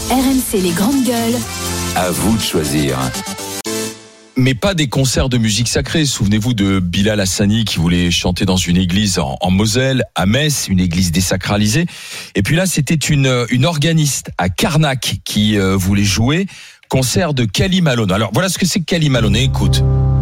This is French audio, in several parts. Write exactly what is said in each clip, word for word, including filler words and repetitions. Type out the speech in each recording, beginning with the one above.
R M C les grandes gueules. À vous de choisir. Mais pas des concerts de musique sacrée. Souvenez-vous de Bilal Hassani qui voulait chanter dans une église en, en Moselle, à Metz, une église désacralisée. Et puis là, c'était une, une organiste à Carnac qui euh, voulait jouer concert de Cally Malone. Alors voilà ce que c'est que Cally Malone. Écoute.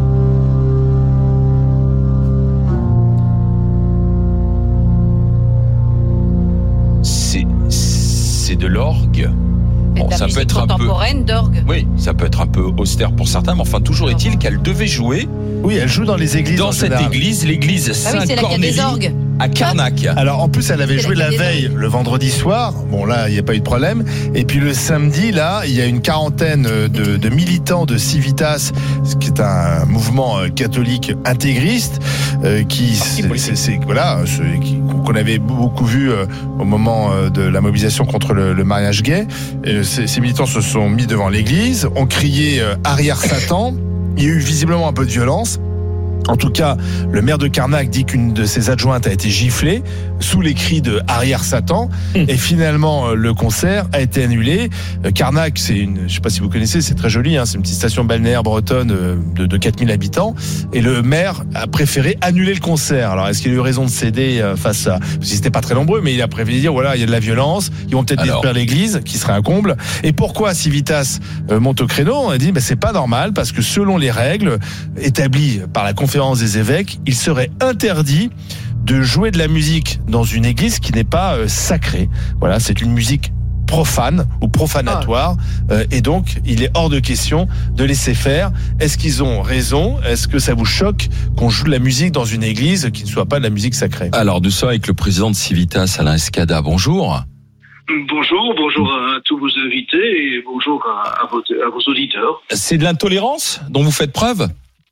C'est, c'est de l'orgue. Bon, ça peut être contemporaine un peu d'orgue. Oui, ça peut être un peu austère pour certains, mais enfin toujours est-il qu'elle devait jouer. Oui, elle joue dans les églises. Dans cette général. église, l'église ah oui, Saint-Cornélie à Carnac. Alors en plus, elle avait c'est joué la, la veille, le vendredi soir. Bon là, il n'y a pas eu de problème. Et puis le samedi, là, il y a une quarantaine de, de militants de Civitas, ce qui est un mouvement catholique intégriste, euh, qui c'est, c'est, c'est, voilà, c'est, qui, qu'on avait beaucoup vu euh, au moment euh, de la mobilisation contre le, le mariage gay. Et ces, ces militants se sont mis devant l'église, ont crié euh, arrière Satan. Il y a eu visiblement un peu de violence. En tout cas, le maire de Carnac dit qu'une de ses adjointes a été giflée sous les cris de arrière Satan. Mmh. Et finalement, le concert a été annulé. Carnac, c'est une, je sais pas si vous connaissez, c'est très joli, hein, c'est une petite station balnéaire bretonne de, de quatre mille habitants. Et le maire a préféré annuler le concert. Alors, est-ce qu'il a eu raison de céder face à, parce qu'ils n'étaient pas très nombreux, mais il a préféré dire, voilà, il y a de la violence, ils vont peut-être Alors... détruire l'église, qui serait un comble. Et pourquoi Civitas monte au créneau? On a dit, ben, c'est pas normal, parce que selon les règles établies par la conférence des évêques, il serait interdit de jouer de la musique dans une église qui n'est pas euh, sacrée. Voilà, c'est une musique profane ou profanatoire ah. euh, et donc il est hors de question de laisser faire. Est-ce qu'ils ont raison? Est-ce que ça vous choque qu'on joue de la musique dans une église qui ne soit pas de la musique sacrée? Alors nous sommes avec le président de Civitas, Alain Escada. Bonjour. Bonjour, bonjour à tous vos invités et bonjour à, à, vos, à vos auditeurs. C'est de l'intolérance dont vous faites preuve?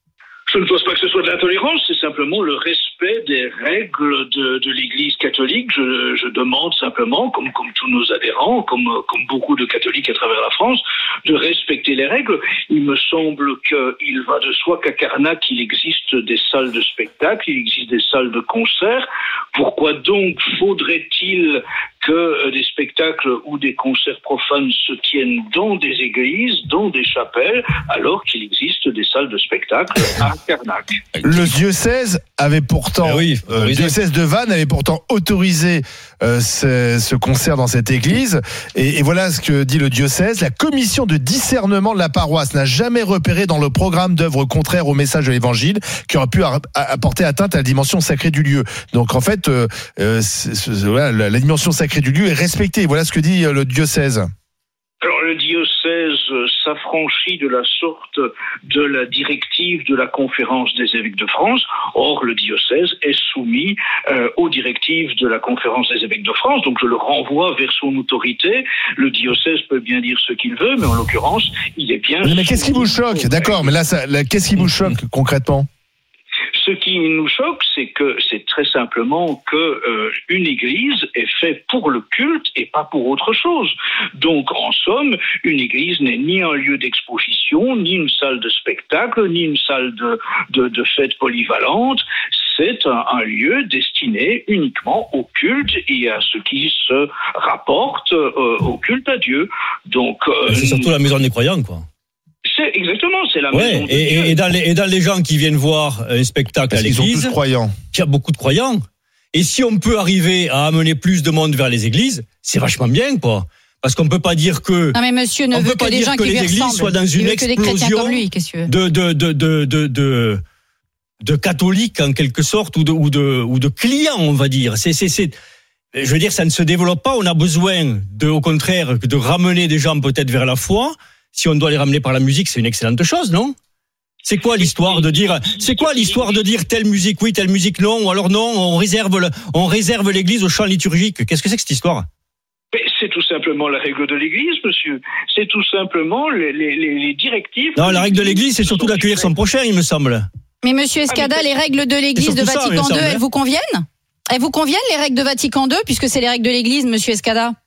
Je ne pense pas que ce soit de l'intolérance, c'est simplement le respect des règles de, de l'Église catholique. Je, je demande simplement, comme, comme tous nos adhérents, comme, comme beaucoup de catholiques à travers la France, de respecter les règles. Il me semble qu'il va de soi qu'à Carnac, il existe des salles de spectacle, il existe des salles de concert. Pourquoi donc faudrait-il que des spectacles ou des concerts profanes se tiennent dans des églises, dans des chapelles, alors qu'il existe des salles de spectacle à Carnac? Le diocèse avait pourtant, eh oui, euh, le diocèse de Vannes avait pourtant autorisé euh, ce, ce concert dans cette église. Et, et voilà ce que dit le diocèse. La commission de discernement de la paroisse n'a jamais repéré dans le programme d'œuvres contraires au message de l'évangile qui aurait pu apporter atteinte à la dimension sacrée du lieu. Donc en fait, euh, euh, c'est, c'est, voilà, la, la dimension sacrée du lieu est respectée. Voilà ce que dit le diocèse. Alors le diocèse s'affranchit de la sorte de la directive de la conférence des évêques de France. Or, le diocèse est soumis euh, aux directives de la conférence des évêques de France. Donc je le renvoie vers son autorité. Le diocèse peut bien dire ce qu'il veut, mais en l'occurrence, il est bien... Mais, mais qu'est-ce qui vous choque? D'accord, mais là, ça, là, qu'est-ce qui vous choque concrètement? Ce qui nous choque, c'est que c'est très simplement que euh, une église est faite pour le culte et pas pour autre chose. Donc, en somme, une église n'est ni un lieu d'exposition, ni une salle de spectacle, ni une salle de, de, de fête polyvalente. C'est un, un lieu destiné uniquement au culte et à ce qui se rapporte euh, au culte à Dieu. Donc, euh, c'est surtout la maison des croyants, quoi. C'est exactement, c'est la ouais, maison de et, Dieu. Et dans, les, et dans les gens qui viennent voir un spectacle Parce à l'église, ils sont tous croyants. Il y a beaucoup de croyants. Et si on peut arriver à amener plus de monde vers les églises, c'est vachement bien, quoi. Parce qu'on peut pas dire que non mais monsieur ne on veut peut que pas des dire gens que qui lui les églises ressemblent. soient dans Il une veut que des chrétiens explosion comme lui, qu'est-ce que tu veux de de de de de de de catholiques en quelque sorte ou de ou de ou de clients, on va dire. C'est c'est c'est je veux dire, ça ne se développe pas. On a besoin de, au contraire, de ramener des gens peut-être vers la foi. Si on doit les ramener par la musique, c'est une excellente chose, non? C'est quoi l'histoire de dire, c'est quoi l'histoire de dire telle musique oui, telle musique non, ou alors non, on réserve le, on réserve l'église au chant liturgique. Qu'est-ce que c'est que cette histoire? Mais c'est tout simplement la règle de l'église, monsieur. C'est tout simplement les, les, les directives. Non, la règle de l'église, c'est surtout d'accueillir son prochain, il me semble. Mais monsieur Escada, ah, mais les règles de l'église de Vatican deux, elles vous conviennent? Elles vous conviennent, les règles de Vatican deux, puisque c'est les règles de l'église, monsieur Escada?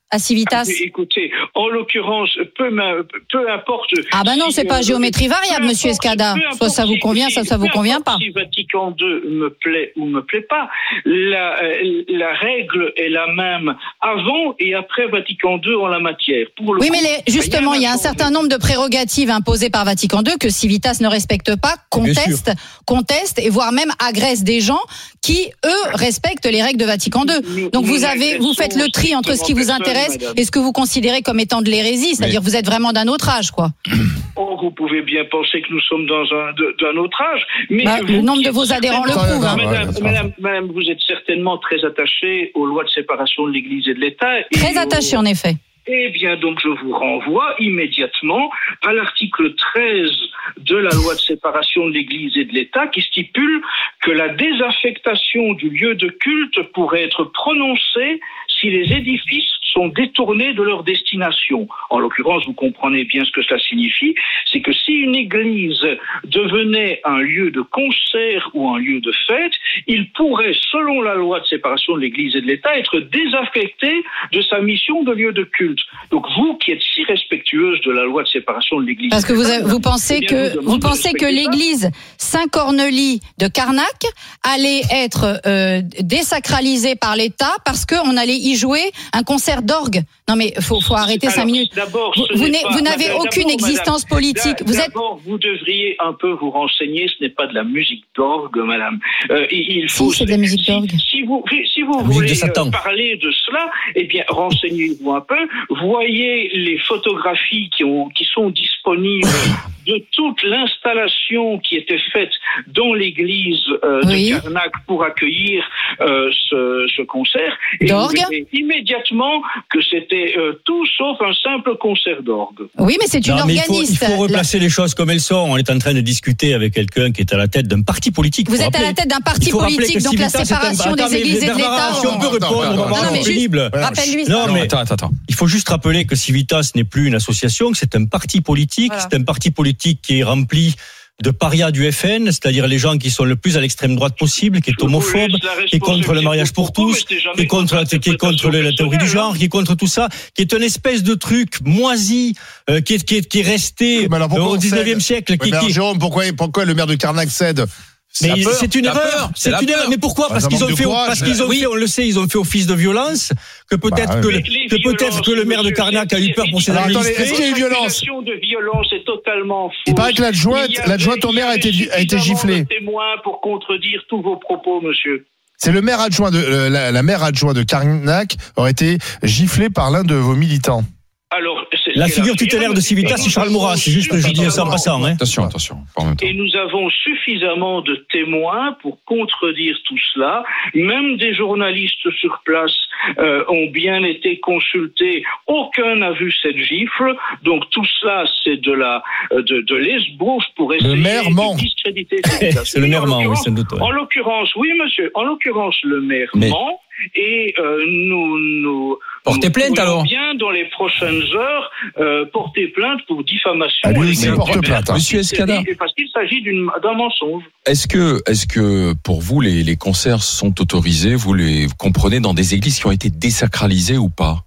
à Civitas? Ah, écoutez, en l'occurrence, peu, peu importe. Ah ben non, si, c'est pas euh, géométrie variable, monsieur Escada. Soit ça vous convient, soit ça vous convient pas. Si Vatican deux me plaît ou me plaît pas, la, la règle est la même avant et après Vatican deux en la matière. Pour le oui, coup, mais les, justement, il y a un certain nombre de prérogatives imposées par Vatican deux que Civitas ne respecte pas, conteste, conteste et voire même agresse des gens qui, eux, respectent les règles de Vatican deux. Nous, Donc nous vous avez, vous faites le tri entre ce qui vous intéresse madame. et ce que vous considérez comme étant de l'hérésie, c'est-à-dire que vous êtes vraiment d'un autre âge, quoi. Oh, vous pouvez bien penser que nous sommes dans un de, d'un autre âge, mais Bah, vous, le nombre de vos adhérents le prouve. Hein. Madame, Ouais, madame, madame, vous êtes certainement très attachée aux lois de séparation de l'Église et de l'État. Très attaché, au... en effet. Eh bien, donc, je vous renvoie immédiatement à l'article treize de la loi de séparation de l'Église et de l'État qui stipule que la désaffectation du lieu de culte pourrait être prononcée si les édifices sont détournés de leur destination. En l'occurrence, vous comprenez bien ce que cela signifie, c'est que si une église devenait un lieu de concert ou un lieu de fête, il pourrait, selon la loi de séparation de l'Église et de l'État, être désaffecté de sa mission de lieu de culte. Donc vous, qui êtes si respectueuse de la loi de séparation de l'Église, parce que vous, avez, vous pensez eh bien, que vous pensez que l'église Saint-Cornelie de Carnac allait être euh, désacralisée par l'État parce qu'on allait y jouer un concert d'orgue. Non mais faut faut arrêter Alors, cinq minutes. D'abord, vous, vous, pas, vous n'avez d'abord, aucune existence madame, politique. Vous êtes d'abord, vous devriez un peu vous renseigner. Ce n'est pas de la musique d'orgue, madame. Euh, il faut. Si, c'est de la musique d'orgue. Si, si vous si vous la voulez de parler de cela, eh bien renseignez-vous un peu. Voyez les photographies qui ont qui sont disponibles de toute l'installation qui était faite dans l'église euh, oui. de Carnac pour accueillir euh, ce, ce concert. Et d'orgue. vous verrez immédiatement que c'était euh, tout sauf un simple concert d'orgue. Oui, mais c'est une non, mais organiste. Il faut, il faut replacer la... les choses comme elles sont. On est en train de discuter avec quelqu'un qui est à la tête d'un parti politique. Vous êtes rappeler. à la tête d'un parti politique, donc la séparation un... des attends, églises et de l'État. Si on peut répondre, on va voir pénible. Rappelle-lui ça. Non, mais attends, attends. Il faut juste rappeler que Civitas n'est plus une association, que c'est un parti politique. Voilà. C'est un parti politique qui est rempli de parias du F N, c'est-à-dire les gens qui sont le plus à l'extrême droite possible, qui est homophobe, qui est contre le mariage pour tous, qui est contre, qui est contre la théorie du genre, qui est contre tout ça, qui est une espèce de truc moisi, euh, qui, est, qui, est, qui est resté euh, au dix-neuvième siècle. Qui, mais alors, qui... Jérôme, pourquoi, pourquoi le maire de Carnac cède? Mais c'est une erreur, c'est une erreur. Mais pourquoi? Parce qu'ils ont fait, parce qu'ils ont fait, on le sait, ils ont fait office de violence. Que peut-être que, que peut-être que le maire de Carnac a eu peur pour ses administrés. Est-ce qu'il y a eu violence? de violence est totalement fausse. Il paraît que l'adjointe, l'adjointe au maire a été, a été giflée. Témoin pour contredire tous vos propos, monsieur. C'est le maire adjoint de la, la maire adjointe de Carnac aurait été giflée par l'un de vos militants. Alors, c'est, la c'est figure la tutélaire de Civitas, c'est Charles Maurras. C'est juste que je dis ça en passant. Hein. Attention, attention. Et nous avons suffisamment de témoins pour contredire tout cela. Même des journalistes sur place euh, ont bien été consultés. Aucun n'a vu cette gifle. Donc tout cela, c'est de la de, de l'esbrouffe pour essayer le maire ment. de discréditer Civitas. C'est le maire ment, oui, sans doute. Ouais. En l'occurrence, oui, monsieur. En l'occurrence, le maire Mais... ment. Et euh, nous nous portez plainte alors. Bien dans les prochaines heures euh, porter plainte pour diffamation. Ah, lui aussi porte plainte. Monsieur Escada. Parce qu'il s'agit d'une, d'un mensonge. Est-ce que est-ce que pour vous les les concerts sont autorisés? Vous les comprenez dans des églises qui ont été désacralisées ou pas?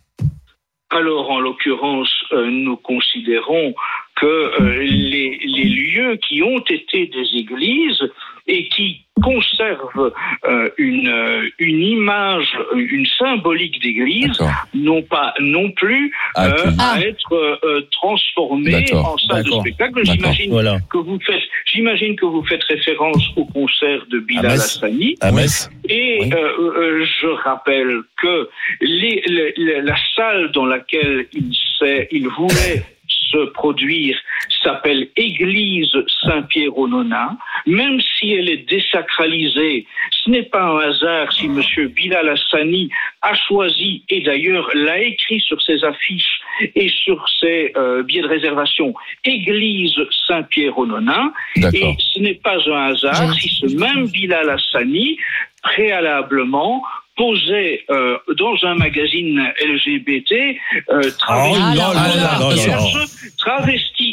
Alors en l'occurrence, euh, nous considérons que euh, les les lieux qui ont été des églises et qui conservent euh, une euh, une image, une symbolique d'église, n'ont pas non plus ah, euh, à être euh, transformés en salle de spectacle. D'accord. J'imagine voilà. que vous faites, j'imagine que vous faites référence au concert de Bilal Hassani. À Metz. Et oui. euh, euh, je rappelle que les, les, la salle dans laquelle il s'est, il voulait se produire s'appelle Église Saint-Pierre-aux-Nonains. Même si elle est désacralisée, ce n'est pas un hasard si monsieur Bilal Hassani a choisi, et d'ailleurs l'a écrit sur ses affiches et sur ses euh, billets de réservation, Église Saint-Pierre-aux-Nonains. Et ce n'est pas un hasard si ce même Bilal Hassani, préalablement, posait euh, dans un magazine L G B T euh, travesti, oh, là, là, là, là, là. travesti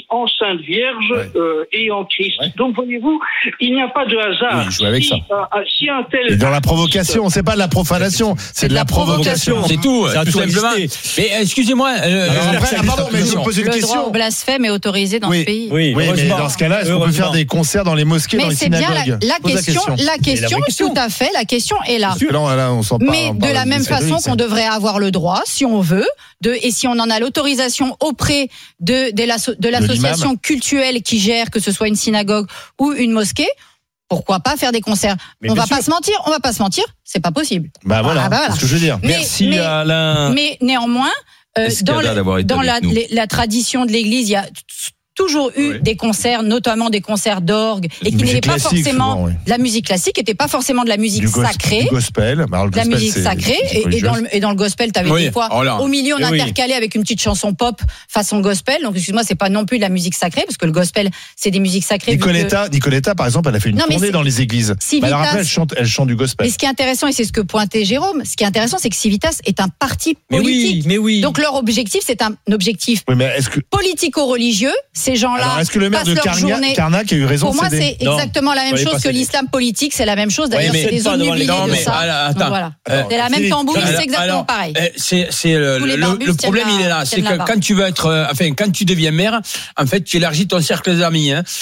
en Sainte Vierge Ouais. euh, et en Christ. Ouais. Donc voyez-vous, il n'y a pas de hasard. Oui, jouer avec si, ça. euh, si un tel Et dans la provocation, c'est pas de la profanation, c'est de la provocation. C'est tout, Ça a tout tout simplement. existé. Mais excusez-moi. euh, Alors après, ah, pardon, mais je me pose une Le droit question. au blasphème est autorisé dans Oui. ce pays. Oui, Oui, mais heureusement. dans ce cas-là, est-ce qu'on peut Heureusement. faire des concerts dans les mosquées, dans Mais les c'est bien la, synagogues la Pose question, la question, vraie question. tout à fait, la question est là. Parce que là, là, on s'en parle. Mais on de parle la même des façon synagogues, qu'on devrait avoir le droit, si on veut, de, et si on en a l'autorisation auprès de, de, l'asso- de l'association cultuelle qui gère, que ce soit une synagogue ou une mosquée, pourquoi pas faire des concerts? Mais On bien va sûr. pas se mentir, on va pas se mentir, c'est pas possible. Bah voilà, Ah, bah voilà. c'est ce que je veux dire. Mais- Merci mais- Alain. Mais néanmoins, euh, Escada dans, le- d'avoir été dans la, avec nous. les- la tradition de l'Église, il y a t- toujours eu Oui. des concerts, notamment des concerts d'orgue, et qui Musique n'étaient pas classique, forcément souvent, oui. de la musique classique, n'était pas forcément de la musique Du gos- sacrée. Du gospel. Bah, alors, le De la gospel, musique c'est- sacrée c'est et, et religieux. dans le et dans le gospel t'avais Oui, des fois oh là. au milieu on Eh oui. intercalait avec une petite chanson pop façon gospel, donc excuse-moi, c'est pas non plus de la musique sacrée parce que le gospel c'est des musiques sacrées vu que- Nicoletta, Nicoletta, par exemple, elle a fait une Non, mais tournée c'est- dans les églises. Civitas- Bah, alors après, elle chante, elle chante du gospel. mais ce qui est intéressant et c'est ce que pointait Jérôme, ce qui est intéressant c'est que Civitas est un parti Mais oui, politique, mais oui. donc leur objectif c'est un objectif Oui, mais est-ce que, politico-religieux. Ces gens-là alors, est-ce que le maire passent de leur Cargnac, journée. Carnac a eu raison Pour de moi, céder? c'est Non. exactement la même Fallait chose pas que céder. l'islam politique, c'est la même chose. D'ailleurs, mais c'est des faites pas zones devant les- oubliées non, de mais ça. alors, Donc, attends. voilà. Alors, C'est la même Philippe, tambouille, Alors, c'est exactement alors, pareil. euh, C'est, c'est le, Tous les le- barbus le tiennent problème, la- il est là. C'est tiennent la que barre. quand tu veux être, euh, enfin, quand tu deviens maire, en fait, tu élargis ton cercle d'amis. Hein.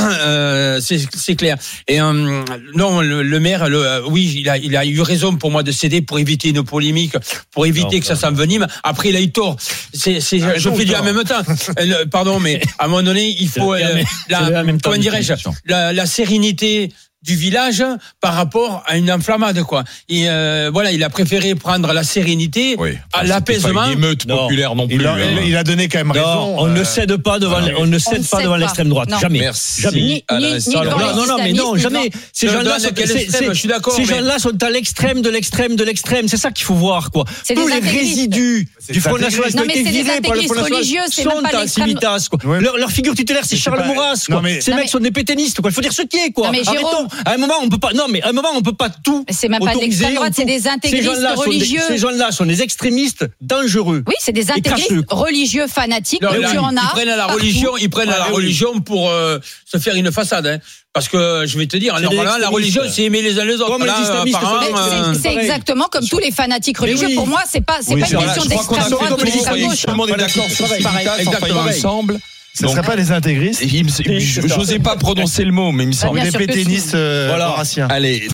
Euh, c'est, c'est clair. Et euh, non, le, le maire, le, euh, oui, il a, il a eu raison pour moi de céder pour éviter une polémique, pour éviter Non, que ça non. s'envenime. Après, il a eu tort. C'est, c'est, Ah, je non, fais du en tort. même temps. Euh, le- Pardon, mais à un moment donné, il faut C'est le- euh, c'est le en la, même temps, comment dirais-je, Michel. la, la sérénité du village par rapport à une enflammade, quoi. Et euh, voilà, il a préféré prendre la sérénité Oui. à C'était l'apaisement. pas une émeute Non. populaire non plus. Il a, hein. il a donné quand même raison. Non, on euh, ne cède pas devant, voilà. on ne On cède ne pas cède devant pas. l'extrême droite. Non. Jamais. Merci. Jamais. Ni- Alain ni- ni Salon. devant les Non, non, mais non, islamistes, jamais. ni Ces Je gens-là donne sont, quel c'est- extrême, c'est- je suis d'accord, ces mais- gens-là sont à l'extrême de l'extrême de l'extrême. C'est ça qu'il faut voir, quoi. C'est Tous des les intégristes. résidus C'est du des Front National qui Non, ont mais été c'est des virés par le Front intégristes National religieux, c'est même sont pas à l'extrême- Civitas, quoi. Ouais. Leur, leur figure tutélaire, c'est Mais c'est Charles pas- Maurras, quoi. Non, mais- Ces Non, mecs mais- sont des pétainistes, quoi. Il faut dire ce qui est, quoi. Non, mais Jérôme- Arrêtons. À un moment, on peut pas, non, mais à un moment, on peut pas tout. Mais c'est même pas de autoriser, l'extrême droite, c'est autour. des intégristes Ces gens-là sont des- religieux. Ces gens-là sont des extrémistes dangereux. Oui, c'est des cracheux, intégristes quoi. religieux fanatiques, Non, comme là, tu en ils as. prennent à la partout. religion, ils prennent à la Ah, oui. religion pour euh, se faire une façade. Hein. Parce que je vais te dire, C'est normalement, des la extrémistes. religion, c'est aimer les uns les autres. Comme les Là, islamistes, apparemment, c'est- Mais euh, c'est- C'est pareil. exactement comme tous les fanatiques religieux. oui. Pour moi, c'est pas, c'est Oui, pas c'est une vrai. question Je crois qu'on a d'extrême fait droite ou le tour, d'extrême et gauche. tout le monde est d'accord sur Pareil, Civitas, enfin, exactement. il me semble. Ce ne Donc- serait pas les intégristes? Il me- c'est ça. J'osais pas prononcer le mot, mais il me Bah, semble. bien Les sûr que si. pétainistes euh, Voilà. maurassiens. Allez.